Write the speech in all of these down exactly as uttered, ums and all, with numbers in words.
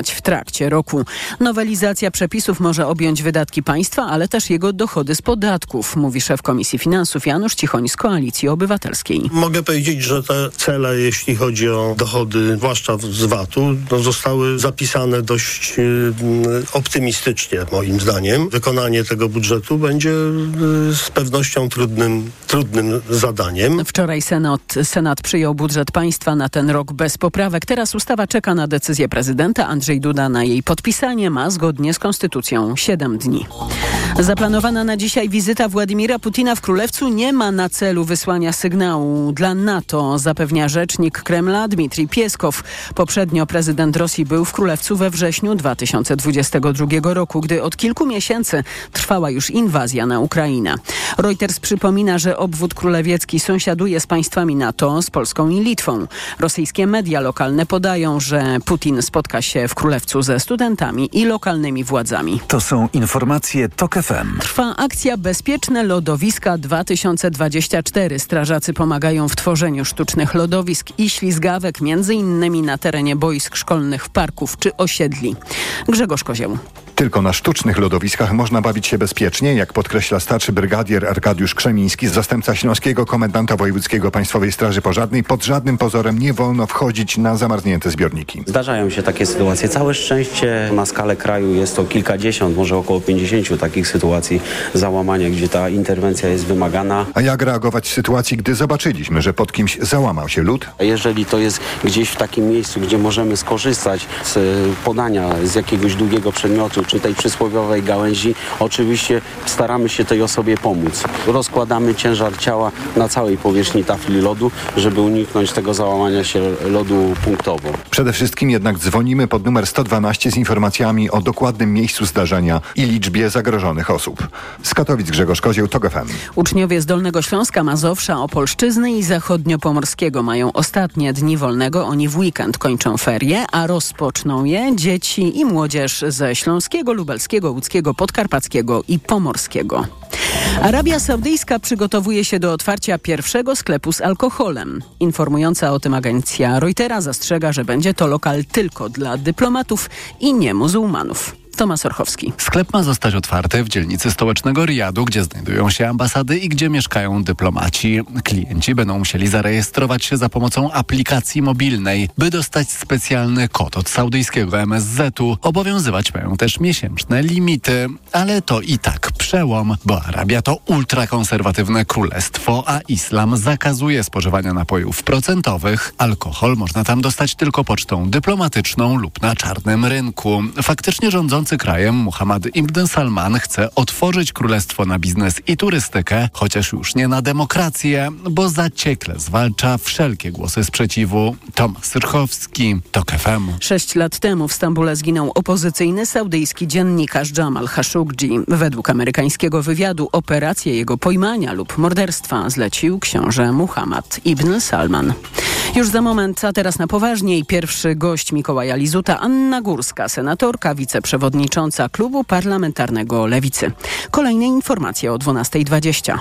zmieniać w trakcie roku. Nowelizacja przepisów może objąć wydatki państwa, ale też jego dochody z podatków, mówi szef Komisji Finansów Janusz Cichoń z Koalicji Obywatelskiej. Mogę powiedzieć, że te cele, jeśli chodzi o dochody, zwłaszcza z V A T-u, no, zostały zapisane dość y, optymistycznie, moim zdaniem. Wykonanie tego budżetu będzie y, z pewnością trudnym, trudnym zadaniem. Wczoraj Senat, Senat przyjął budżet państwa na ten rok bez poprawek. Teraz ustawa czeka na decyzję prezydenta. Andrzej Duda na jej podpisanie ma zgodnie z konstytucją siedem dni. Zaplanowana na dzisiaj wizyta Władimira Putina w Królewcu nie ma na celu wysłania sygnału dla NATO, zapewnia rzecznik Kremla Dmitrij Pieskow. Poprzednio prezydent Rosji był w Królewcu we wrześniu dwa tysiące dwudziestego drugiego roku, gdy od kilku miesięcy trwała już inwazja na Ukrainę. Reuters przypomina, że obwód królewiecki sąsiaduje z państwami NATO, z Polską i Litwą. Rosyjskie media lokalne podają, że Putin spotka się w Królewcu ze studentami i lokalnymi władzami. To są informacje TOK F M. Trwa akcja Bezpieczne Lodowiska dwa tysiące dwadzieścia cztery. Strażacy pomagają w tworzeniu sztucznych lodowisk i ślizgawek, między innymi na terenie boisk szkolnych, parków czy osiedli. Grzegorz Kozieł. Tylko na sztucznych lodowiskach można bawić się bezpiecznie, jak podkreśla starszy brygadier Arkadiusz Krzemiński, zastępca śląskiego komendanta wojewódzkiego Państwowej Straży Pożarnej. Pod żadnym pozorem nie wolno wchodzić na zamarznięte zbiorniki. Zdarzają się takie sytuacje. Całe szczęście na skalę kraju jest to kilkadziesiąt, może około pięćdziesięciu takich sytuacji załamania, gdzie ta interwencja jest wymagana. A jak reagować w sytuacji, gdy zobaczyliśmy, że pod kimś załamał się lód? Jeżeli to jest gdzieś w takim miejscu, gdzie możemy skorzystać z podania z jakiegoś długiego przedmiotu, czy tej przysłowiowej gałęzi, oczywiście staramy się tej osobie pomóc. Rozkładamy ciężar ciała na całej powierzchni tafli lodu, żeby uniknąć tego załamania się lodu punktowo. Przede wszystkim jednak dzwonimy pod numer sto dwanaście z informacjami o dokładnym miejscu zdarzenia i liczbie zagrożonych osób. Z Katowic Grzegorz Kozieł, TOK F M. Uczniowie z Dolnego Śląska, Mazowsza, Opolszczyzny i Zachodniopomorskiego mają ostatnie dni wolnego. Oni w weekend kończą ferie, a rozpoczną je dzieci i młodzież ze Śląskiego, Lubelskiego, Łódzkiego, Podkarpackiego i Pomorskiego. Arabia Saudyjska przygotowuje się do otwarcia pierwszego sklepu z alkoholem. Informująca o tym agencja Reutera zastrzega, że będzie to lokal tylko dla dyplomatów i nie muzułmanów. Tomasz Orchowski. Sklep ma zostać otwarty w dzielnicy stołecznego Rijadu, gdzie znajdują się ambasady i gdzie mieszkają dyplomaci. Klienci będą musieli zarejestrować się za pomocą aplikacji mobilnej, by dostać specjalny kod od saudyjskiego M S Z-u. Obowiązywać mają też miesięczne limity, ale to i tak przełom, bo Arabia to ultrakonserwatywne królestwo, a islam zakazuje spożywania napojów procentowych. Alkohol można tam dostać tylko pocztą dyplomatyczną lub na czarnym rynku. Faktycznie rządzący krajem Muhammad ibn Salman chce otworzyć królestwo na biznes i turystykę, chociaż już nie na demokrację, bo zaciekle zwalcza wszelkie głosy sprzeciwu. Tomasz Rchowski, TOK F M. Sześć lat temu w Stambule zginął opozycyjny saudyjski dziennikarz Jamal Khashoggi. Według amerykańskiego wywiadu operację jego pojmania lub morderstwa zlecił książę Muhammad ibn Salman. Już za moment, a teraz na poważniej, pierwszy gość Mikołaja Lizuta, Anna Górska, senatorka, wiceprzewodnicząca Klubu Parlamentarnego Lewicy. Kolejne informacje o dwunastej dwadzieścia.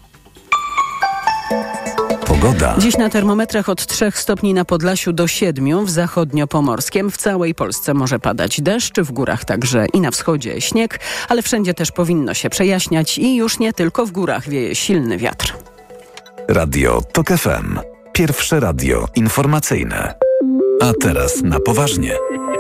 Pogoda. Dziś na termometrach od trzech stopni na Podlasiu do siedmiu, w zachodniopomorskiem. W całej Polsce może padać deszcz, w górach także i na wschodzie śnieg, ale wszędzie też powinno się przejaśniać i już nie tylko w górach wieje silny wiatr. Radio TOK F M. Pierwsze radio informacyjne. A teraz na poważnie.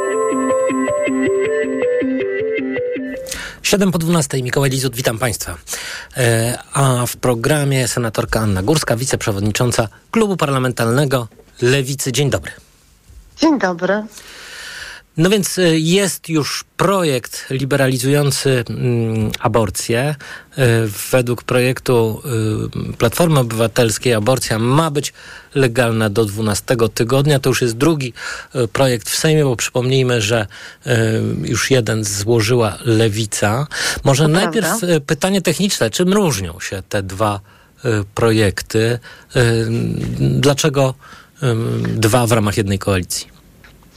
siedem po dwunastej, Mikołaj Lizut, witam Państwa. E, a w programie senatorka Anna Górska, wiceprzewodnicząca Klubu Parlamentarnego Lewicy. Dzień dobry. Dzień dobry. No więc jest już projekt liberalizujący mm, aborcję. E, według projektu y, Platformy Obywatelskiej aborcja ma być legalna do dwunastego tygodnia. To już jest drugi y, projekt w Sejmie, bo przypomnijmy, że y, już jeden złożyła Lewica. Może to najpierw prawda. Pytanie techniczne. Czym różnią się te dwa y, projekty? Y, dlaczego y, dwa w ramach jednej koalicji?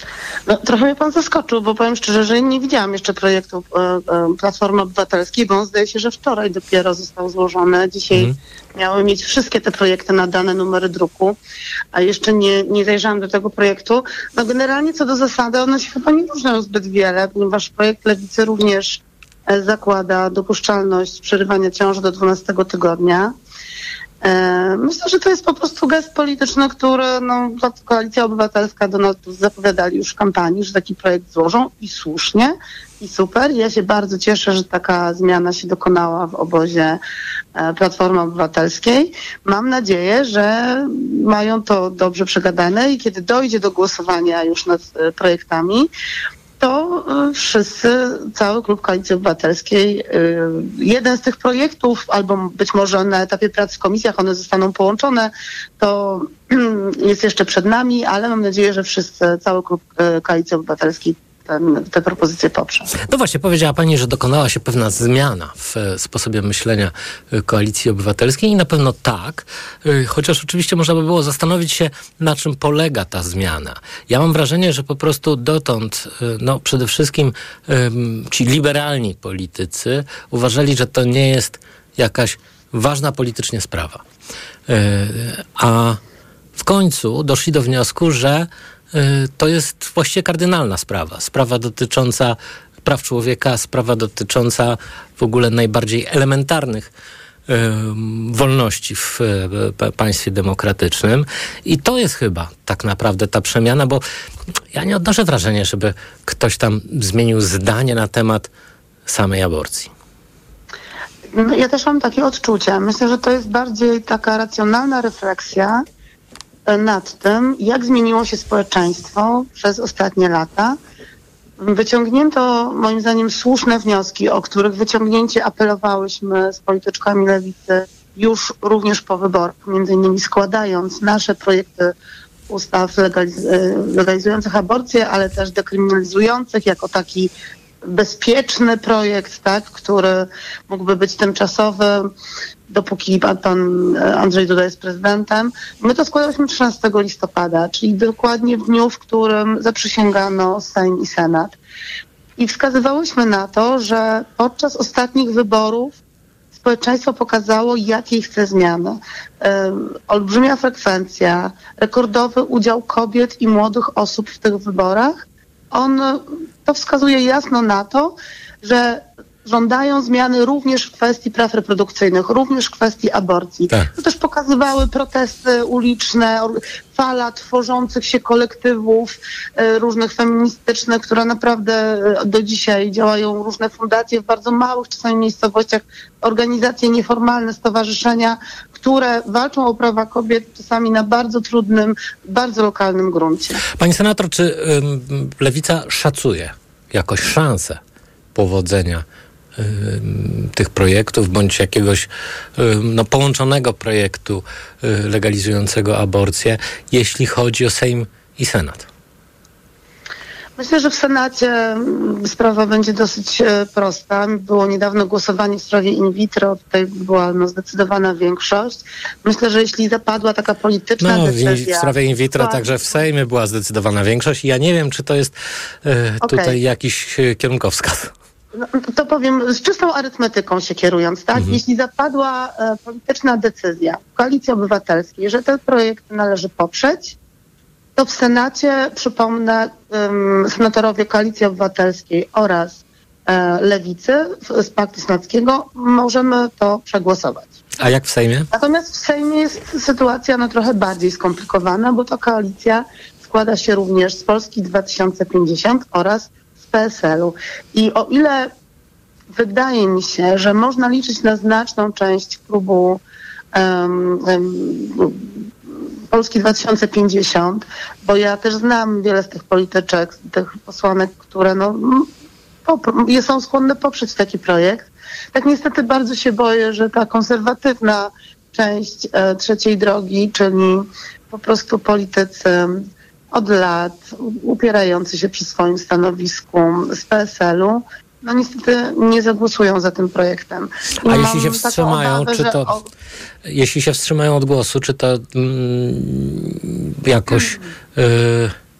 No, trochę mnie pan zaskoczył, bo powiem szczerze, że nie widziałam jeszcze projektu e, e, Platformy Obywatelskiej, bo on zdaje się, że wczoraj dopiero został złożony. Dzisiaj mhm. miały mieć wszystkie te projekty nadane numery druku, a jeszcze nie, nie zajrzałam do tego projektu. No generalnie co do zasady, one się chyba nie różnią zbyt wiele, ponieważ projekt Lewicy również e, zakłada dopuszczalność przerywania ciąży do dwunastego tygodnia. Myślę, że to jest po prostu gest polityczny, który no, Koalicja Obywatelska, Donald Tusk zapowiadali już w kampanii, że taki projekt złożą i słusznie, i super. Ja się bardzo cieszę, że taka zmiana się dokonała w obozie Platformy Obywatelskiej. Mam nadzieję, że mają to dobrze przegadane i kiedy dojdzie do głosowania już nad projektami, to wszyscy, cały klub Koalicji Obywatelskiej, jeden z tych projektów, albo być może na etapie prac w komisjach one zostaną połączone, to jest jeszcze przed nami, ale mam nadzieję, że wszyscy, cały klub Koalicji Obywatelskiej ten, te propozycje poprze. No właśnie, powiedziała pani, że dokonała się pewna zmiana w sposobie myślenia Koalicji Obywatelskiej i na pewno tak, chociaż oczywiście można by było zastanowić się, na czym polega ta zmiana. Ja mam wrażenie, że po prostu dotąd, no przede wszystkim ci liberalni politycy uważali, że to nie jest jakaś ważna politycznie sprawa. A w końcu doszli do wniosku, że to jest właściwie kardynalna sprawa. Sprawa dotycząca praw człowieka, sprawa dotycząca w ogóle najbardziej elementarnych y, wolności w y, państwie demokratycznym. I to jest chyba tak naprawdę ta przemiana, bo ja nie odnoszę wrażenia, żeby ktoś tam zmienił zdanie na temat samej aborcji. No, ja też mam takie odczucia. Myślę, że to jest bardziej taka racjonalna refleksja nad tym, jak zmieniło się społeczeństwo przez ostatnie lata. Wyciągnięto, moim zdaniem, słuszne wnioski, o których wyciągnięcie apelowałyśmy z polityczkami lewicy już również po wyborach, między innymi składając nasze projekty ustaw legaliz- legalizujących aborcję, ale też dekryminalizujących jako taki bezpieczny projekt, tak, który mógłby być tymczasowy, dopóki pan, pan Andrzej Duda jest prezydentem. My to składałyśmy trzynastego listopada, czyli dokładnie w dniu, w którym zaprzysięgano Sejm i Senat. I wskazywałyśmy na to, że podczas ostatnich wyborów społeczeństwo pokazało, jakiej chce zmiany. Um, olbrzymia frekwencja, rekordowy udział kobiet i młodych osób w tych wyborach. On to wskazuje jasno na to, że żądają zmiany również w kwestii praw reprodukcyjnych, również w kwestii aborcji. Tak. To też pokazywały protesty uliczne, fala tworzących się kolektywów e, różnych feministycznych, które naprawdę do dzisiaj działają, różne fundacje w bardzo małych czasami miejscowościach, organizacje nieformalne, stowarzyszenia, które walczą o prawa kobiet czasami na bardzo trudnym, bardzo lokalnym gruncie. Pani senator, czy ym, Lewica szacuje jakoś szansę powodzenia tych projektów, bądź jakiegoś no, połączonego projektu legalizującego aborcję, jeśli chodzi o Sejm i Senat? Myślę, że w Senacie sprawa będzie dosyć prosta. Było niedawno głosowanie w sprawie in vitro, tutaj była no, zdecydowana większość. Myślę, że jeśli zapadła taka polityczna no, decyzja... w sprawie in vitro to... także w Sejmie była zdecydowana większość i ja nie wiem, czy to jest e, okay. tutaj jakiś kierunkowskaz. No, to powiem z czystą arytmetyką się kierując, tak? Mhm. Jeśli zapadła e, polityczna decyzja w Koalicji Obywatelskiej, że ten projekt należy poprzeć, to w Senacie, przypomnę, um, senatorowie Koalicji Obywatelskiej oraz e, Lewicy z Paktu Senackiego możemy to przegłosować. A jak w Sejmie? Natomiast w Sejmie jest sytuacja no, trochę bardziej skomplikowana, bo to koalicja składa się również z Polski dwa tysiące pięćdziesiąt oraz P S L-u. I o ile wydaje mi się, że można liczyć na znaczną część klubu um, um, Polski dwa tysiące pięćdziesiąt, bo ja też znam wiele z tych polityczek, tych posłanek, które no, popr- są skłonne poprzeć taki projekt. Tak niestety bardzo się boję, że ta konserwatywna część e, trzeciej drogi, czyli po prostu politycy od lat upierający się przy swoim stanowisku z P S L-u, no niestety nie zagłosują za tym projektem. I A jeśli się wstrzymają, obawę, czy to o... jeśli się wstrzymają od głosu, czy to mm, jakoś y,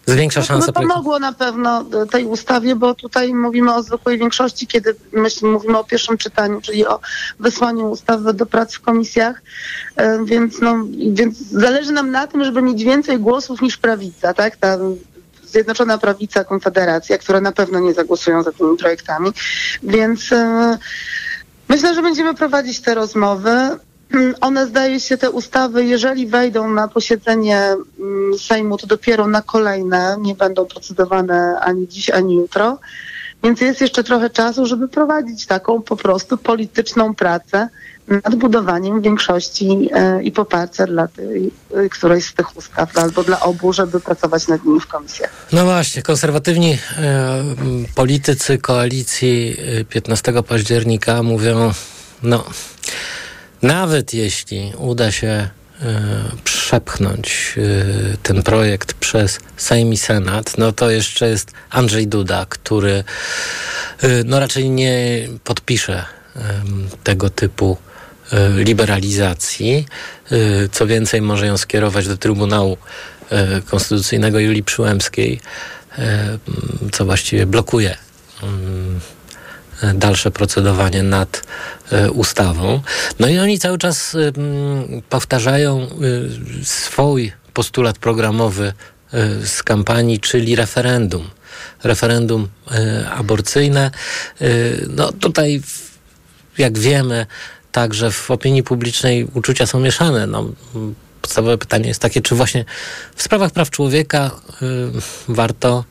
Zwiększa No, szanse. to pomogło na pewno tej ustawie, bo tutaj mówimy o zwykłej większości, kiedy myśl, mówimy o pierwszym czytaniu, czyli o wysłaniu ustawy do prac w komisjach, e, więc, no, więc zależy nam na tym, żeby mieć więcej głosów niż prawica, tak? Ta Zjednoczona Prawica, Konfederacja, które na pewno nie zagłosują za tymi projektami, więc e, myślę, że będziemy prowadzić te rozmowy. One, zdaje się, te ustawy, jeżeli wejdą na posiedzenie Sejmu, to dopiero na kolejne, nie będą procedowane ani dziś, ani jutro. Więc jest jeszcze trochę czasu, żeby prowadzić taką po prostu polityczną pracę nad budowaniem większości e, i poparcia dla tej, e, którejś z tych ustaw, albo dla obu, żeby pracować nad nimi w komisjach. No właśnie, konserwatywni e, politycy koalicji piętnastego października mówią, no nawet jeśli uda się e, przepchnąć e, ten projekt przez Sejm i Senat, no to jeszcze jest Andrzej Duda, który e, no raczej nie podpisze e, tego typu e, liberalizacji. E, co więcej, może ją skierować do Trybunału e, Konstytucyjnego Julii Przyłębskiej, e, co właściwie blokuje e, dalsze procedowanie nad y, ustawą. No i oni cały czas y, powtarzają y, swój postulat programowy y, z kampanii, czyli referendum. Referendum y, aborcyjne. Y, no tutaj, jak wiemy, także w opinii publicznej uczucia są mieszane. No, podstawowe pytanie jest takie, czy właśnie w sprawach praw człowieka y, warto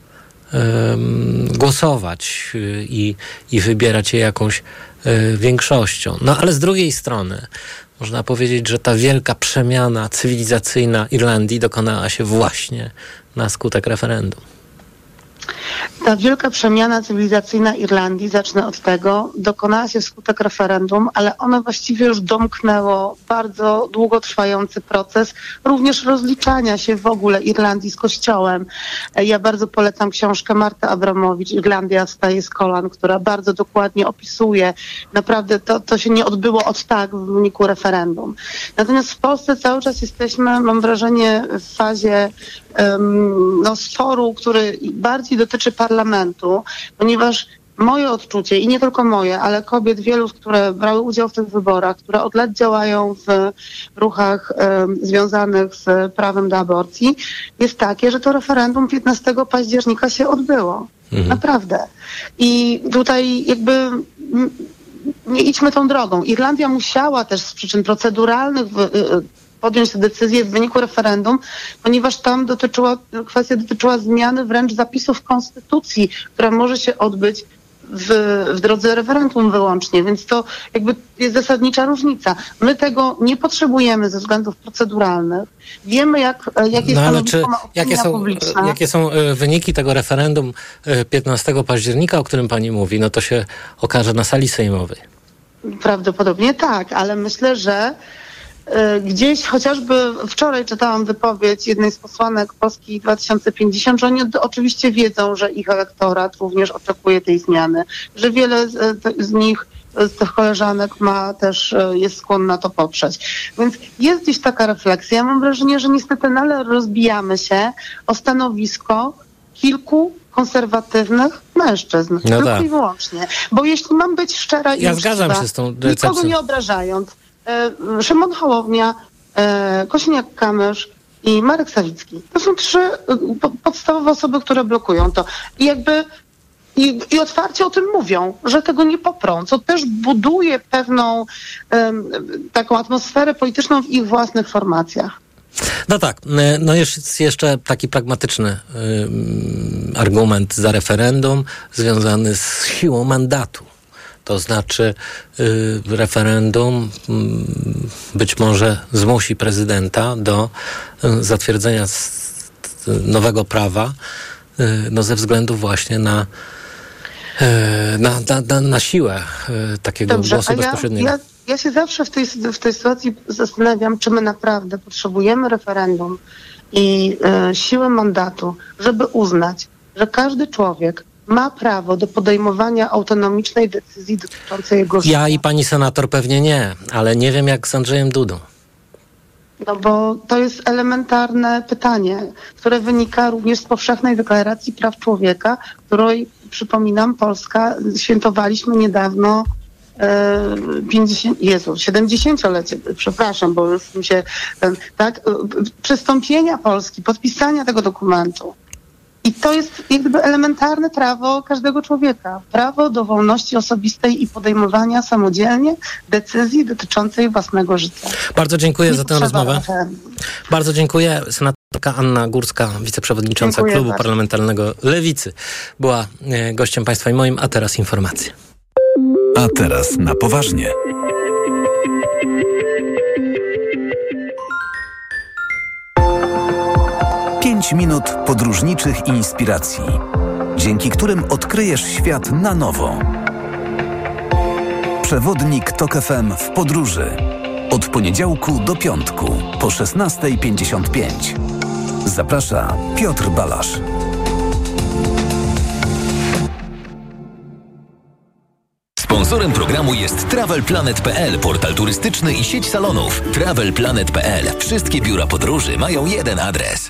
głosować i, i wybierać je jakąś większością. No ale z drugiej strony można powiedzieć, że ta wielka przemiana cywilizacyjna Irlandii dokonała się właśnie na skutek referendum. Ta wielka przemiana cywilizacyjna Irlandii, zacznę od tego, dokonała się wskutek referendum, ale ono właściwie już domknęło bardzo długotrwający proces również rozliczania się w ogóle Irlandii z Kościołem. Ja bardzo polecam książkę Marty Abramowicz, Irlandia wstaje z kolan, która bardzo dokładnie opisuje, naprawdę to, to się nie odbyło od tak w wyniku referendum. Natomiast w Polsce cały czas jesteśmy, mam wrażenie, w fazie um, no, sporu, który bardziej dotyczy parlamentu, ponieważ moje odczucie, i nie tylko moje, ale kobiet wielu, które brały udział w tych wyborach, które od lat działają w ruchach um, związanych z prawem do aborcji, jest takie, że to referendum piętnastego października się odbyło. Mhm. Naprawdę. I tutaj jakby m, nie idźmy tą drogą. Irlandia musiała też z przyczyn proceduralnych w, y, podjąć tę decyzję w wyniku referendum, ponieważ tam dotyczyła, kwestia dotyczyła zmiany wręcz zapisów konstytucji, która może się odbyć w, w drodze referendum wyłącznie, więc to jakby jest zasadnicza różnica. My tego nie potrzebujemy ze względów proceduralnych. Wiemy, jak, jakie no, ale stanowisko czy, ma opinia jakie są, publiczna. Jakie są wyniki tego referendum piętnastego października, o którym pani mówi? No to się okaże na sali sejmowej. Prawdopodobnie tak, ale myślę, że gdzieś chociażby wczoraj czytałam wypowiedź jednej z posłanek Polski dwa tysiące pięćdziesiąt, że oni oczywiście wiedzą, że ich elektorat również oczekuje tej zmiany, że wiele z, z nich, z tych koleżanek ma też, jest skłonna to poprzeć. Więc jest gdzieś taka refleksja. Ja mam wrażenie, że niestety nadal rozbijamy się o stanowisko kilku konserwatywnych mężczyzn. No tylko tak. I wyłącznie. Bo jeśli mam być szczera i ja uczciwa, zgadzam się z tą recepcją. Nikogo nie obrażając, e, Szymon Hołownia, e, Kosiniak-Kamysz i Marek Sawicki. To są trzy e, po, podstawowe osoby, które blokują to. I jakby I, I otwarcie o tym mówią, że tego nie poprą, co też buduje pewną um, taką atmosferę polityczną w ich własnych formacjach. No tak, no jest jeszcze taki pragmatyczny y, argument za referendum związany z siłą mandatu. To znaczy y, referendum y, być może zmusi prezydenta do y, zatwierdzenia s, nowego prawa y, no ze względu właśnie na Na, na, na, na siłę y, takiego Dobrze, głosu ja, bezpośredniego. Ja, ja się zawsze w tej, w tej sytuacji zastanawiam, czy my naprawdę potrzebujemy referendum i y, siły mandatu, żeby uznać, że każdy człowiek ma prawo do podejmowania autonomicznej decyzji dotyczącej jego życia. Ja i pani senator pewnie nie, ale nie wiem jak z Andrzejem Dudą. No bo to jest elementarne pytanie, które wynika również z Powszechnej Deklaracji Praw Człowieka, której, przypominam, Polska świętowaliśmy niedawno e, pięćdziesiąt, Jezu, siedemdziesięciolecie, przepraszam, bo już mi się, ten, tak, przystąpienia Polski, podpisania tego dokumentu. I to jest jakby elementarne prawo każdego człowieka. Prawo do wolności osobistej i podejmowania samodzielnie decyzji dotyczącej własnego życia. Bardzo dziękuję Nie za tę trzeba rozmowę. referendum. Bardzo dziękuję. Senatorka Anna Górska, wiceprzewodnicząca Dziękuję Klubu bardzo. Parlamentarnego Lewicy, była e, gościem państwa i moim, a teraz informacje. A teraz na poważnie. pięć minut podróżniczych inspiracji, dzięki którym odkryjesz świat na nowo. Przewodnik Tok F M w podróży. Od poniedziałku do piątku po szesnasta pięćdziesiąt pięć. Zaprasza Piotr Balasz. Sponsorem programu jest Travel Planet kropka p l, portal turystyczny i sieć salonów. Travel Planet kropka p l. Wszystkie biura podróży mają jeden adres.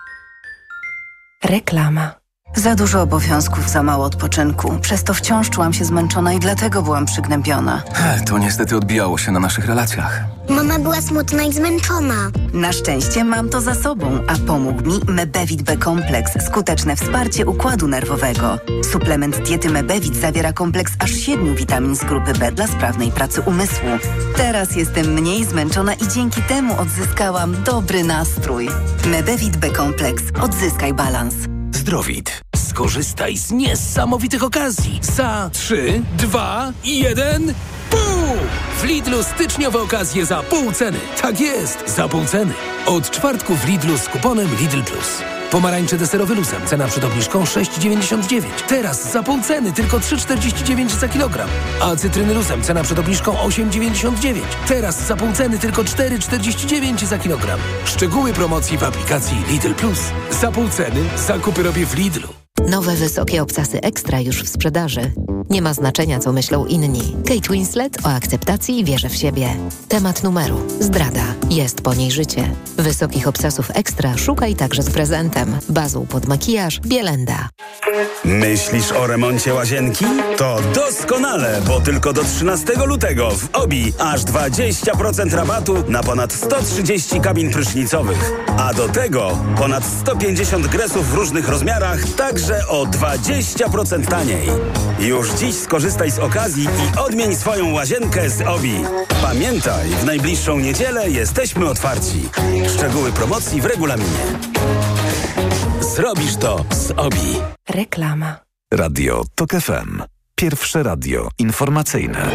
Reklama. Za dużo obowiązków, za mało odpoczynku. Przez to wciąż czułam się zmęczona i dlatego byłam przygnębiona. To niestety odbijało się na naszych relacjach. Mama była smutna i zmęczona. Na szczęście mam to za sobą, a pomógł mi Mebevit B-kompleks. Skuteczne wsparcie układu nerwowego. Suplement diety Mebevit zawiera kompleks aż siedmiu witamin z grupy B dla sprawnej pracy umysłu. Teraz jestem mniej zmęczona i dzięki temu odzyskałam dobry nastrój. Mebevit B-kompleks. Odzyskaj balans. Zdrowit. Skorzystaj z niesamowitych okazji. Za trzy, dwa, jeden, pół! W Lidlu styczniowe okazje za pół ceny. Tak jest, za pół ceny. Od czwartku w Lidlu z kuponem Lidl Plus. Pomarańcze deserowy luzem, cena przed obniżką sześć dziewięćdziesiąt dziewięć. Teraz za pół ceny, tylko trzy czterdzieści dziewięć za kilogram. A cytryny luzem, cena przed obniżką osiem dziewięćdziesiąt dziewięć. Teraz za pół ceny, tylko cztery czterdzieści dziewięć za kilogram. Szczegóły promocji w aplikacji Lidl Plus. Za pół ceny, zakupy robię w Lidlu. Nowe wysokie obcasy Extra już w sprzedaży. Nie ma znaczenia, co myślą inni. Kate Winslet o akceptacji i wierze w siebie. Temat numeru. Zdrada. Jest po niej życie. Wysokich obcasów Extra szukaj także z prezentem. Bazą pod makijaż Bielenda. Myślisz o remoncie łazienki? To doskonale, bo tylko do trzynastego lutego w Obi aż dwadzieścia procent rabatu na ponad sto trzydzieści kabin prysznicowych. A do tego ponad sto pięćdziesiąt gresów w różnych rozmiarach, także o dwadzieścia procent taniej. Już dziś skorzystaj z okazji i odmień swoją łazienkę z Obi. Pamiętaj, w najbliższą niedzielę jesteśmy otwarci. Szczegóły promocji w regulaminie. Zrobisz to z Obi. Reklama. Radio Tok F M. Pierwsze radio informacyjne.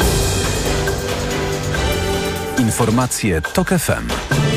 Informacje Tok F M.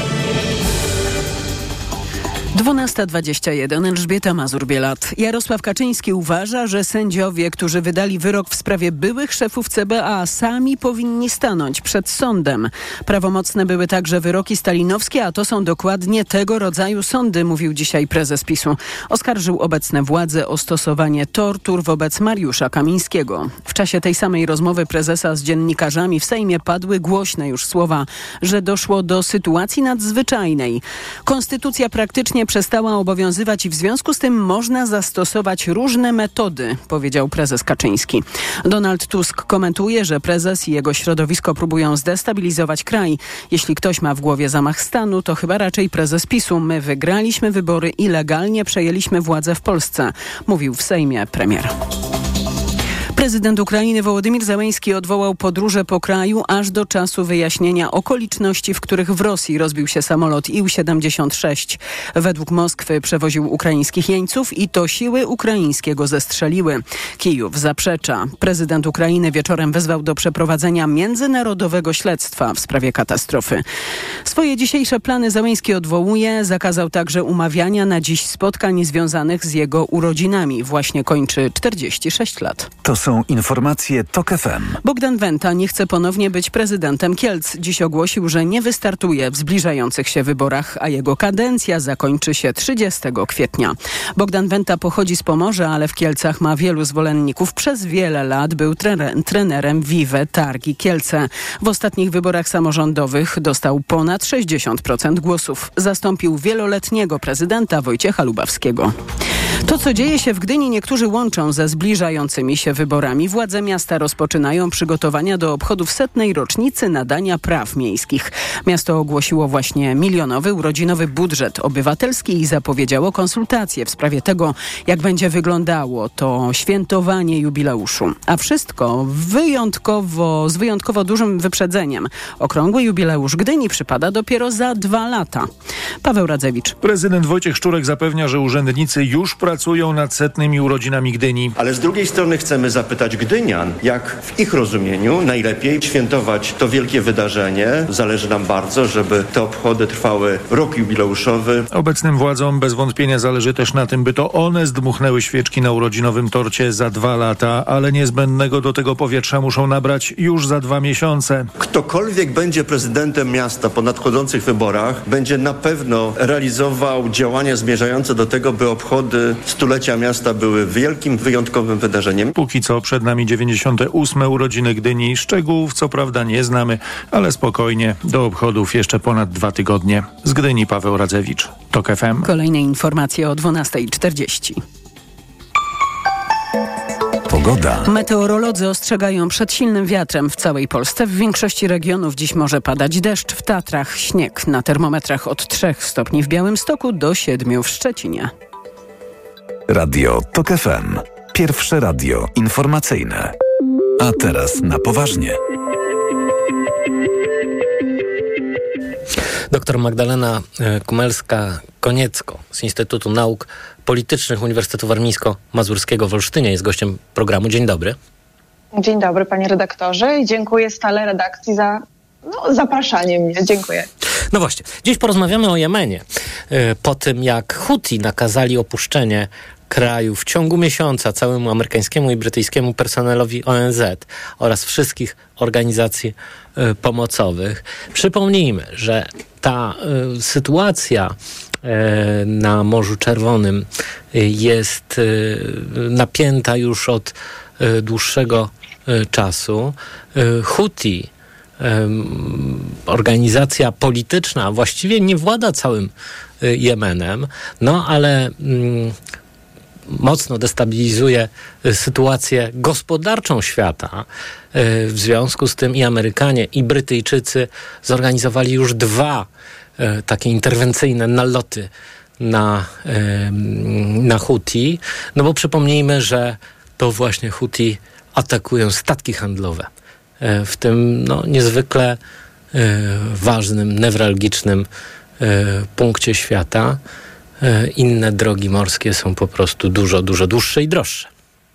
dwunasta dwadzieścia jeden. Elżbieta Mazur-Bielat. Jarosław Kaczyński uważa, że sędziowie, którzy wydali wyrok w sprawie byłych szefów C B A, sami powinni stanąć przed sądem. Prawomocne były także wyroki stalinowskie, a to są dokładnie tego rodzaju sądy, mówił dzisiaj prezes PiSu. Oskarżył obecne władze o stosowanie tortur wobec Mariusza Kamińskiego. W czasie tej samej rozmowy prezesa z dziennikarzami w Sejmie padły głośne już słowa, że doszło do sytuacji nadzwyczajnej. Konstytucja praktycznie przestała obowiązywać i w związku z tym można zastosować różne metody, powiedział prezes Kaczyński. Donald Tusk komentuje, że prezes i jego środowisko próbują zdestabilizować kraj. Jeśli ktoś ma w głowie zamach stanu, to chyba raczej prezes PiSu. My wygraliśmy wybory i legalnie przejęliśmy władzę w Polsce, mówił w Sejmie premier. Prezydent Ukrainy Wołodymyr Zełenski odwołał podróże po kraju aż do czasu wyjaśnienia okoliczności, w których w Rosji rozbił się samolot I L siedemdziesiąt sześć. Według Moskwy przewoził ukraińskich jeńców i to siły ukraińskie go zestrzeliły. Kijów zaprzecza. Prezydent Ukrainy wieczorem wezwał do przeprowadzenia międzynarodowego śledztwa w sprawie katastrofy. Swoje dzisiejsze plany Zełenski odwołuje. Zakazał także umawiania na dziś spotkań związanych z jego urodzinami. Właśnie kończy czterdzieści sześć lat. To są są informacje TOK F M. Bogdan Wenta nie chce ponownie być prezydentem Kielc. Dziś ogłosił, że nie wystartuje w zbliżających się wyborach, a jego kadencja zakończy się trzydziestego kwietnia. Bogdan Wenta pochodzi z Pomorza, ale w Kielcach ma wielu zwolenników. Przez wiele lat był tre- trenerem Vive Targi Kielce. W ostatnich wyborach samorządowych dostał ponad sześćdziesiąt procent głosów. Zastąpił wieloletniego prezydenta Wojciecha Lubawskiego. To, co dzieje się w Gdyni, niektórzy łączą ze zbliżającymi się wyborami. Władze miasta rozpoczynają przygotowania do obchodów setnej rocznicy nadania praw miejskich. Miasto ogłosiło właśnie milionowy urodzinowy budżet obywatelski i zapowiedziało konsultacje w sprawie tego, jak będzie wyglądało to świętowanie jubileuszu. A wszystko wyjątkowo, z wyjątkowo dużym wyprzedzeniem. Okrągły jubileusz Gdyni przypada dopiero za dwa lata. Paweł Radzewicz. Prezydent Wojciech Szczurek zapewnia, że urzędnicy już pracują nad setnymi urodzinami Gdyni. Ale z drugiej strony chcemy zapytać Gdynian, jak w ich rozumieniu najlepiej świętować to wielkie wydarzenie. Zależy nam bardzo, żeby te obchody trwały rok jubileuszowy. Obecnym władzom bez wątpienia zależy też na tym, by to one zdmuchnęły świeczki na urodzinowym torcie za dwa lata, ale niezbędnego do tego powietrza muszą nabrać już za dwa miesiące. Ktokolwiek będzie prezydentem miasta po nadchodzących wyborach, będzie na pewno realizował działania zmierzające do tego, by obchody stulecia miasta były wielkim, wyjątkowym wydarzeniem. Póki co przed nami dziewięćdziesiąte ósme urodziny Gdyni. Szczegółów co prawda nie znamy, ale spokojnie, do obchodów jeszcze ponad dwa tygodnie. Z Gdyni Paweł Radzewicz, TOK F M. Kolejne informacje o dwunasta czterdzieści. Pogoda. Meteorolodzy ostrzegają przed silnym wiatrem w całej Polsce. W większości regionów dziś może padać deszcz, w Tatrach śnieg. Na termometrach od trzech stopni w Białymstoku do siedmiu w Szczecinie. Radio TOK F M. Pierwsze radio informacyjne. A teraz na poważnie. Doktor Magdalena Kumelska-Koniecko z Instytutu Nauk Politycznych Uniwersytetu Warmińsko-Mazurskiego w Olsztynie jest gościem programu. Dzień dobry. Dzień dobry, panie redaktorze, i dziękuję stale redakcji za no, zapraszanie mnie. Dziękuję. No właśnie, dziś porozmawiamy o Jemenie. Po tym, jak Huti nakazali opuszczenie kraju w ciągu miesiąca całemu amerykańskiemu i brytyjskiemu personelowi O N Z oraz wszystkich organizacji y, pomocowych. Przypomnijmy, że ta y, sytuacja y, na Morzu Czerwonym y, jest y, napięta już od y, dłuższego y, czasu. Y, Huti, y, organizacja polityczna, właściwie nie włada całym y, Jemenem, no ale y, mocno destabilizuje sytuację gospodarczą świata. W związku z tym i Amerykanie, i Brytyjczycy zorganizowali już dwa takie interwencyjne naloty na, na Huti. No bo przypomnijmy, że to właśnie Huti atakują statki handlowe w tym no, niezwykle ważnym, newralgicznym punkcie świata. Inne drogi morskie są po prostu dużo, dużo dłuższe i droższe.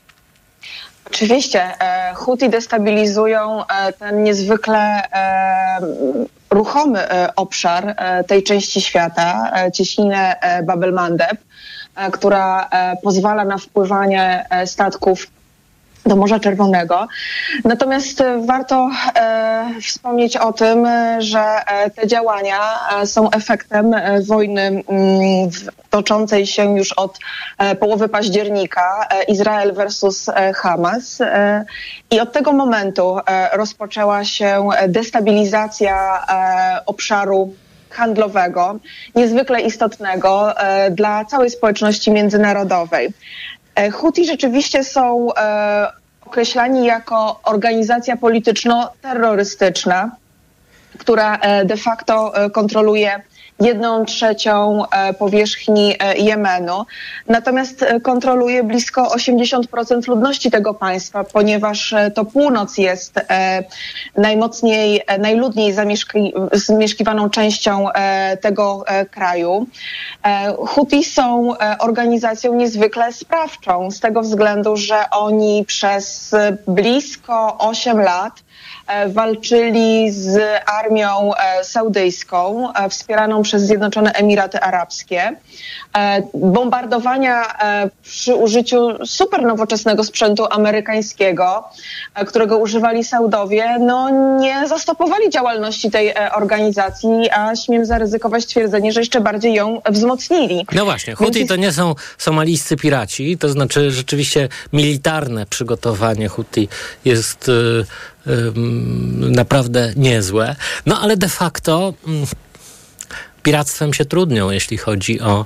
Oczywiście. E, Huti destabilizują e, ten niezwykle e, ruchomy e, obszar e, tej części świata, e, cieśninę e, Bab el-Mandeb, e, która e, pozwala na wpływanie e, statków do Morza Czerwonego. Natomiast e, warto e, wspomnieć o tym, e, że e, te działania e, są efektem e, wojny m, w, toczącej się już od e, połowy października, e, Izrael versus e, Hamas. E, I od tego momentu e, rozpoczęła się destabilizacja e, obszaru handlowego, niezwykle istotnego e, dla całej społeczności międzynarodowej. Huti rzeczywiście są e, określani jako organizacja polityczno-terrorystyczna, która e, de facto e, kontroluje jedną trzecią e, powierzchni e, Jemenu. Natomiast e, kontroluje blisko osiemdziesiąt procent ludności tego państwa, ponieważ e, to północ jest e, najmocniej, e, najludniej zamieszki, zamieszkiwaną częścią e, tego e, kraju. E, Huti są e, organizacją niezwykle sprawczą z tego względu, że oni przez blisko osiem lat walczyli z armią saudyjską, wspieraną okupowaną przez Zjednoczone Emiraty Arabskie. Bombardowania przy użyciu super nowoczesnego sprzętu amerykańskiego, którego używali Saudowie, no nie zastopowali działalności tej organizacji, a śmiem zaryzykować twierdzenie, że jeszcze bardziej ją wzmocnili. No właśnie, Huti Więc... to nie są somalijscy piraci, to znaczy rzeczywiście militarne przygotowanie Huti jest y, y, naprawdę niezłe. No ale de facto y, piractwem się trudnią, jeśli chodzi o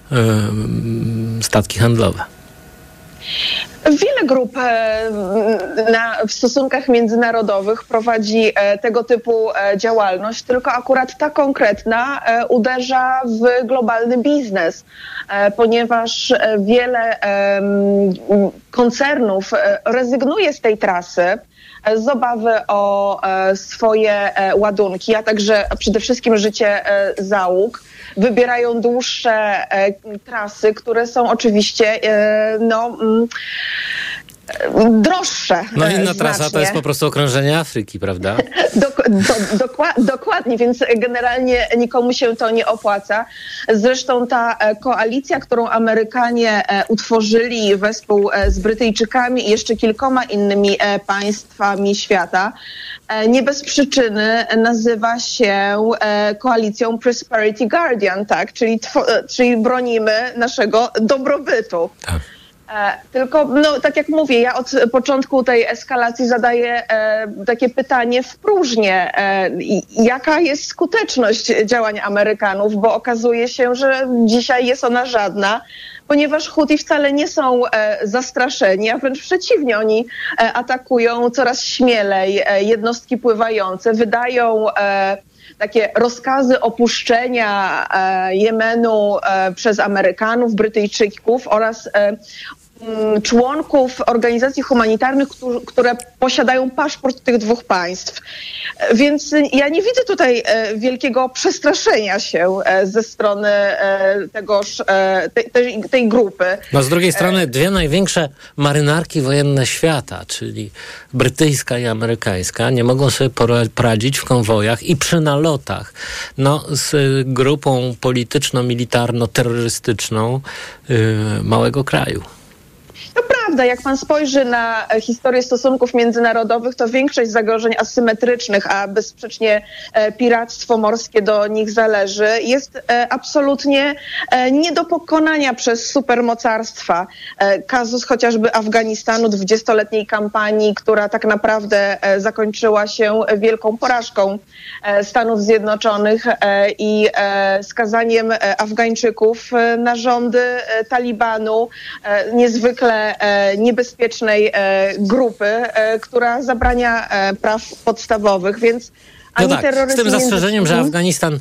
y, statki handlowe. Wiele grup na, w stosunkach międzynarodowych prowadzi tego typu działalność, tylko akurat ta konkretna uderza w globalny biznes, ponieważ wiele koncernów rezygnuje z tej trasy z obawy o swoje ładunki, a także przede wszystkim życie załóg. Wybierają dłuższe e, trasy, które są oczywiście e, no, mm, droższe. No inna znacznie. Trasa to jest po prostu okrążenie Afryki, prawda? Dok- do, dokła- dokładnie, więc generalnie nikomu się to nie opłaca. Zresztą ta e, koalicja, którą Amerykanie e, utworzyli wespół e, z Brytyjczykami i jeszcze kilkoma innymi e, państwami świata, e, nie bez przyczyny nazywa się e, koalicją Prosperity Guardian, tak? Czyli, tw- e, czyli bronimy naszego dobrobytu. Tak. E, tylko, no, tak jak mówię, ja od początku tej eskalacji zadaję e, takie pytanie w próżnię. E, jaka jest skuteczność działań Amerykanów? Bo okazuje się, że dzisiaj jest ona żadna, ponieważ Huti wcale nie są e, zastraszeni, a wręcz przeciwnie, oni e, atakują coraz śmielej e, jednostki pływające, wydają e, takie rozkazy opuszczenia e, Jemenu e, przez Amerykanów, Brytyjczyków oraz e, członków organizacji humanitarnych, którzy, które posiadają paszport tych dwóch państw. Więc ja nie widzę tutaj e, wielkiego przestraszenia się e, ze strony e, tegoż, e, te, tej, tej grupy. No z drugiej strony dwie największe marynarki wojenne świata, czyli brytyjska i amerykańska, nie mogą sobie poradzić w konwojach i przy nalotach no, z grupą polityczno-militarno-terrorystyczną yy, małego kraju. To prawda, jak pan spojrzy na historię stosunków międzynarodowych, to większość zagrożeń asymetrycznych, a bezsprzecznie piractwo morskie do nich zależy, jest absolutnie nie do pokonania przez supermocarstwa. Kazus chociażby Afganistanu, dwudziestoletniej kampanii, która tak naprawdę zakończyła się wielką porażką Stanów Zjednoczonych i skazaniem Afgańczyków na rządy Talibanu, niezwykle niebezpiecznej grupy, która zabrania praw podstawowych, więc no tak, z tym zastrzeżeniem, że Afganistan y,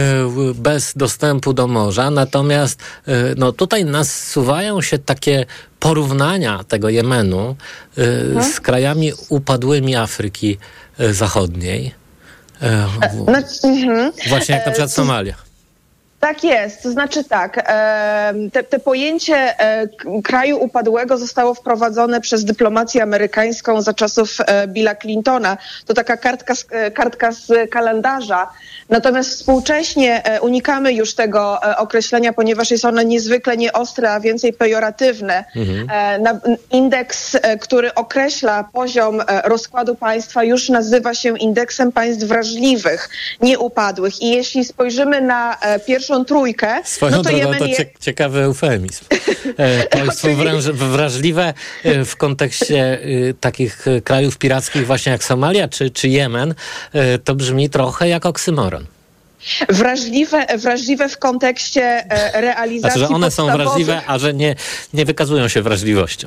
bez dostępu do morza, natomiast y, no tutaj nasuwają się takie porównania tego Jemenu y, hmm? z krajami upadłymi Afryki y, Zachodniej. Y, w, no, mm-hmm. Właśnie jak na przykład Somalia. Tak jest, to znaczy tak, te, te pojęcie kraju upadłego zostało wprowadzone przez dyplomację amerykańską za czasów Billa Clintona. To taka kartka z, kartka z kalendarza. Natomiast współcześnie unikamy już tego określenia, ponieważ jest ono niezwykle nieostre, a więcej pejoratywne. Mhm. Indeks, który określa poziom rozkładu państwa, już nazywa się indeksem państw wrażliwych, nieupadłych. I jeśli spojrzymy na pierwszą trójkę, Swoją no to drogą Jemen to je... cie- ciekawy eufemizm. E, państwo wręcz, wrażliwe e, w kontekście e, takich e, krajów pirackich właśnie jak Somalia czy, czy Jemen, e, to brzmi trochę jak oksymoron. Wrażliwe, wrażliwe w kontekście e, realizacji Znaczy, że one podstawowych... są wrażliwe, a że nie, nie wykazują się wrażliwością.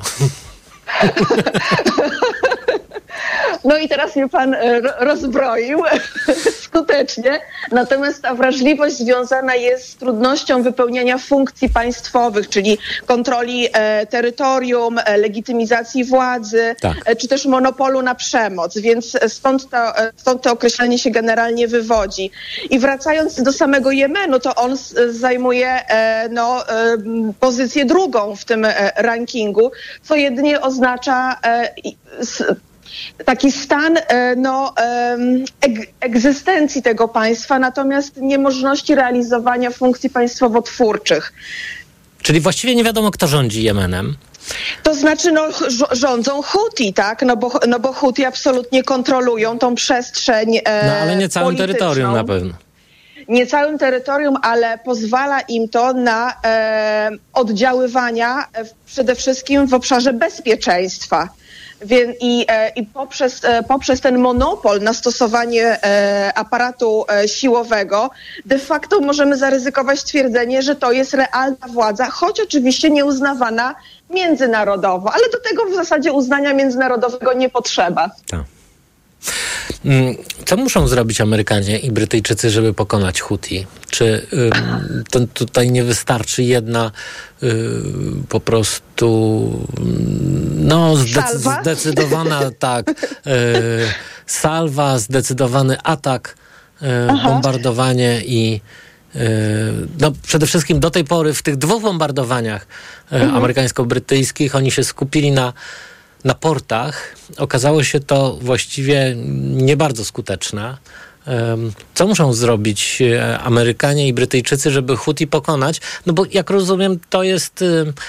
No i teraz mnie pan rozbroił skutecznie. Natomiast ta wrażliwość związana jest z trudnością wypełniania funkcji państwowych, czyli kontroli e, terytorium, e, legitymizacji władzy, tak. e, czy też monopolu na przemoc. Więc stąd to, stąd to określenie się generalnie wywodzi. I wracając do samego Jemenu, to on s, zajmuje e, no, e, pozycję drugą w tym e, rankingu, co jedynie oznacza e, s, taki stan no, eg- egzystencji tego państwa, natomiast niemożności realizowania funkcji państwowo-twórczych. Czyli właściwie nie wiadomo, kto rządzi Jemenem. To znaczy, no, rządzą Huti, tak? No bo, no bo Huti absolutnie kontrolują tą przestrzeń e, No ale nie całym polityczną. terytorium na pewno. Nie całym terytorium, ale pozwala im to na e, oddziaływania e, przede wszystkim w obszarze bezpieczeństwa. Więc i, e, i poprzez, e, poprzez ten monopol na stosowanie e, aparatu e, siłowego de facto możemy zaryzykować stwierdzenie, że to jest realna władza, choć oczywiście nieuznawana międzynarodowo, ale do tego w zasadzie uznania międzynarodowego nie potrzeba. Tak. Co muszą zrobić Amerykanie i Brytyjczycy, żeby pokonać Huti? Czy ym, to tutaj nie wystarczy jedna y, po prostu no zdecy- zdecydowana tak, y, salwa, zdecydowany atak, y, bombardowanie i y, no przede wszystkim do tej pory w tych dwóch bombardowaniach y, mhm. amerykańsko-brytyjskich oni się skupili na na portach. Okazało się to właściwie nie bardzo skuteczne. Co muszą zrobić Amerykanie i Brytyjczycy, żeby Huti pokonać? No bo jak rozumiem, to jest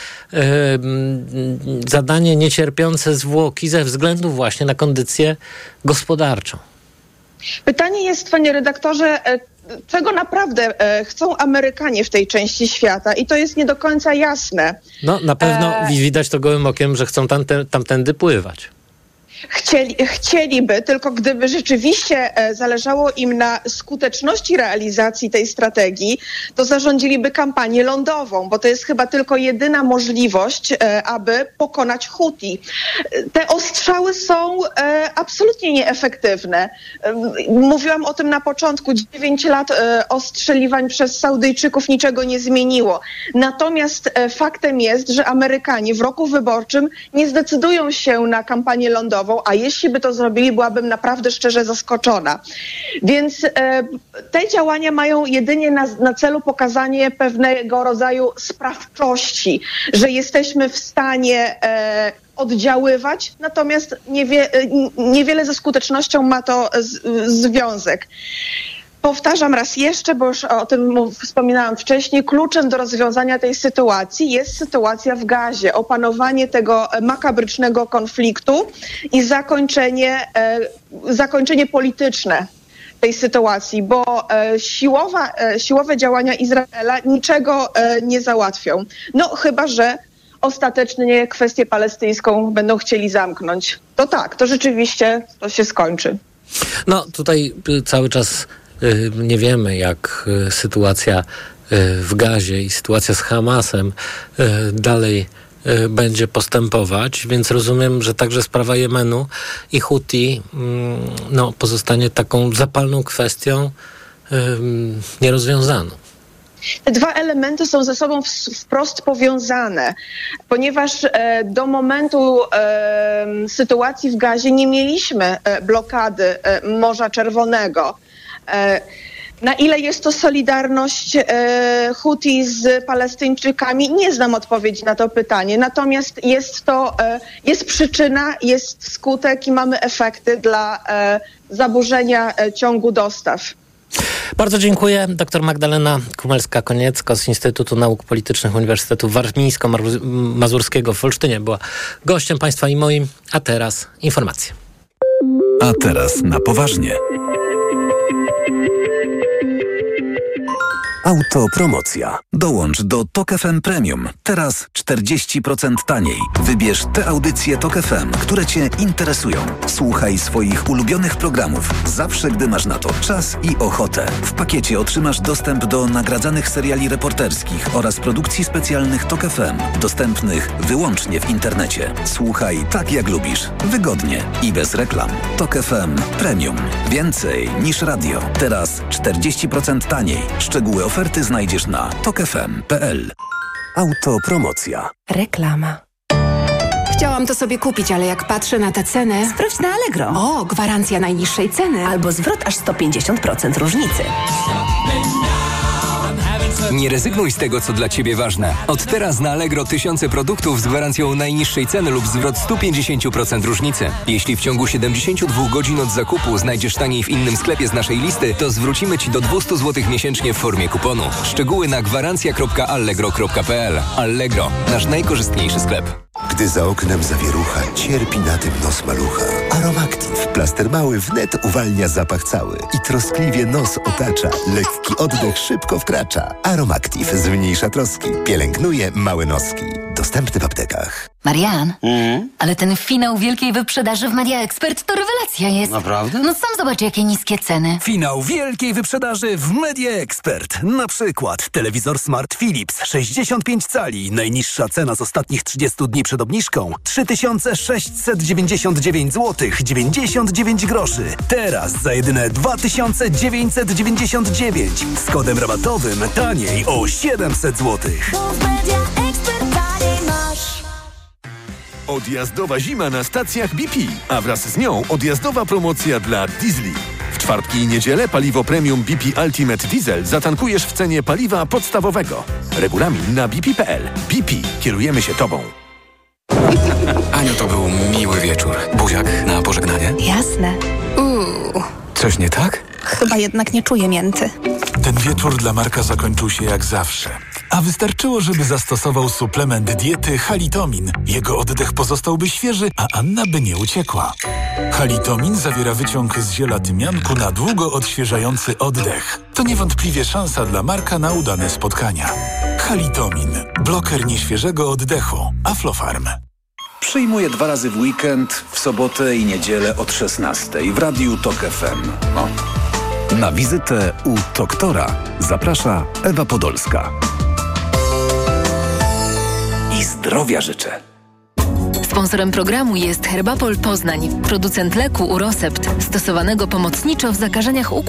zadanie niecierpiące zwłoki ze względu właśnie na kondycję gospodarczą. Pytanie jest, panie redaktorze, czego naprawdę e, chcą Amerykanie w tej części świata i to jest nie do końca jasne. No na pewno e... widać to gołym okiem, że chcą tamte, tamtędy pływać. Chcieli, chcieliby, tylko gdyby rzeczywiście e, zależało im na skuteczności realizacji tej strategii, to zarządziliby kampanię lądową, bo to jest chyba tylko jedyna możliwość, e, aby pokonać Huti. Te ostrzały są e, absolutnie nieefektywne. E, mówiłam o tym na początku. Dziewięć lat e, ostrzeliwań przez Saudyjczyków niczego nie zmieniło. Natomiast e, faktem jest, że Amerykanie w roku wyborczym nie zdecydują się na kampanię lądową, a jeśli by to zrobili, byłabym naprawdę szczerze zaskoczona. Więc e, te działania mają jedynie na, na celu pokazanie pewnego rodzaju sprawczości, że jesteśmy w stanie e, oddziaływać, natomiast niewie, niewiele ze skutecznością ma to z, związek. Powtarzam raz jeszcze, bo już o tym wspominałam wcześniej, kluczem do rozwiązania tej sytuacji jest sytuacja w Gazie, opanowanie tego makabrycznego konfliktu i zakończenie, e, zakończenie polityczne tej sytuacji, bo e, siłowa, e, siłowe działania Izraela niczego e, nie załatwią. No chyba że ostatecznie kwestię palestyńską będą chcieli zamknąć. To tak, to rzeczywiście to się skończy. No tutaj cały czas nie wiemy, jak sytuacja w Gazie i sytuacja z Hamasem dalej będzie postępować, więc rozumiem, że także sprawa Jemenu i Huti no, pozostanie taką zapalną kwestią nierozwiązaną. Te dwa elementy są ze sobą wprost powiązane, ponieważ e, do momentu e, sytuacji w Gazie nie mieliśmy e, blokady e, Morza Czerwonego. E, na ile jest to solidarność e, Huti z Palestyńczykami? Nie znam odpowiedzi na to pytanie. Natomiast jest to, e, jest przyczyna, jest skutek i mamy efekty dla e, zaburzenia e, ciągu dostaw. Bardzo dziękuję. Doktor Magdalena Kumelska-Koniecka z Instytutu Nauk Politycznych Uniwersytetu Warmińsko-Mazurskiego w Olsztynie była gościem państwa i moim. A teraz informacje. A teraz na poważnie. Autopromocja. Dołącz do Tok F M Premium. Teraz czterdzieści procent taniej. Wybierz te audycje Tok F M, które Cię interesują. Słuchaj swoich ulubionych programów zawsze, gdy masz na to czas i ochotę. W pakiecie otrzymasz dostęp do nagradzanych seriali reporterskich oraz produkcji specjalnych Tok F M, dostępnych wyłącznie w internecie. Słuchaj tak, jak lubisz. Wygodnie i bez reklam. Tok F M Premium. Więcej niż radio. Teraz czterdzieści procent taniej. Szczegóły oferty znajdziesz na tok f m kropka p l. Autopromocja. Reklama. Chciałam to sobie kupić, ale jak patrzę na te ceny... Sprawdź na Allegro. O, gwarancja najniższej ceny. Albo zwrot aż sto pięćdziesiąt procent różnicy. Nie rezygnuj z tego, co dla Ciebie ważne. Od teraz na Allegro tysiące produktów z gwarancją najniższej ceny lub zwrot sto pięćdziesiąt procent różnicy. Jeśli w ciągu siedemdziesięciu dwóch godzin od zakupu znajdziesz taniej w innym sklepie z naszej listy, to zwrócimy Ci do dwieście złotych miesięcznie w formie kuponu. Szczegóły na gwarancja kropka allegro kropka p l. Allegro, nasz najkorzystniejszy sklep. Gdy za oknem zawierucha, cierpi na tym nos malucha. Aromactive, plaster mały wnet uwalnia zapach cały i troskliwie nos otacza. Lekki oddech szybko wkracza. Aromactive zmniejsza troski, pielęgnuje małe noski. Dostępny w aptekach. Marian, mm? ale ten finał wielkiej wyprzedaży w Media Expert to rewelacja jest. Naprawdę? No sam zobacz, jakie niskie ceny. Finał wielkiej wyprzedaży w Media Expert. Na przykład telewizor Smart Philips sześćdziesiąt pięć cali. Najniższa cena z ostatnich trzydziestu dni przed obniżką trzy tysiące sześćset dziewięćdziesiąt dziewięć złotych dziewięćdziesiąt dziewięć groszy. Teraz za jedyne dwa tysiące dziewięćset dziewięćdziesiąt dziewięć. Z kodem rabatowym taniej o siedemset złotych. Odjazdowa zima na stacjach B P, a wraz z nią odjazdowa promocja dla diesli. W czwartki i niedzielę paliwo premium B P Ultimate Diesel zatankujesz w cenie paliwa podstawowego. Regulamin na b p kropka p l. B P. Kierujemy się Tobą. Aniu, to był miły wieczór. Buziak na pożegnanie? Jasne. Uuu. Coś nie tak? Chyba jednak nie czuję mięty. Ten wieczór dla Marka zakończył się jak zawsze. A wystarczyło, żeby zastosował suplement diety Halitomin. Jego oddech pozostałby świeży, a Anna by nie uciekła. Halitomin zawiera wyciąg z ziela tymianku na długo odświeżający oddech. To niewątpliwie szansa dla Marka na udane spotkania. Halitomin. Bloker nieświeżego oddechu. Aflofarm. Przyjmuję dwa razy w weekend, w sobotę i niedzielę od szesnastej w Radiu Tok F M. O. Na wizytę u doktora zaprasza Ewa Podolska. I zdrowia życzę. Sponsorem programu jest Herbapol Poznań, producent leku Urosept, stosowanego pomocniczo w zakażeniach układu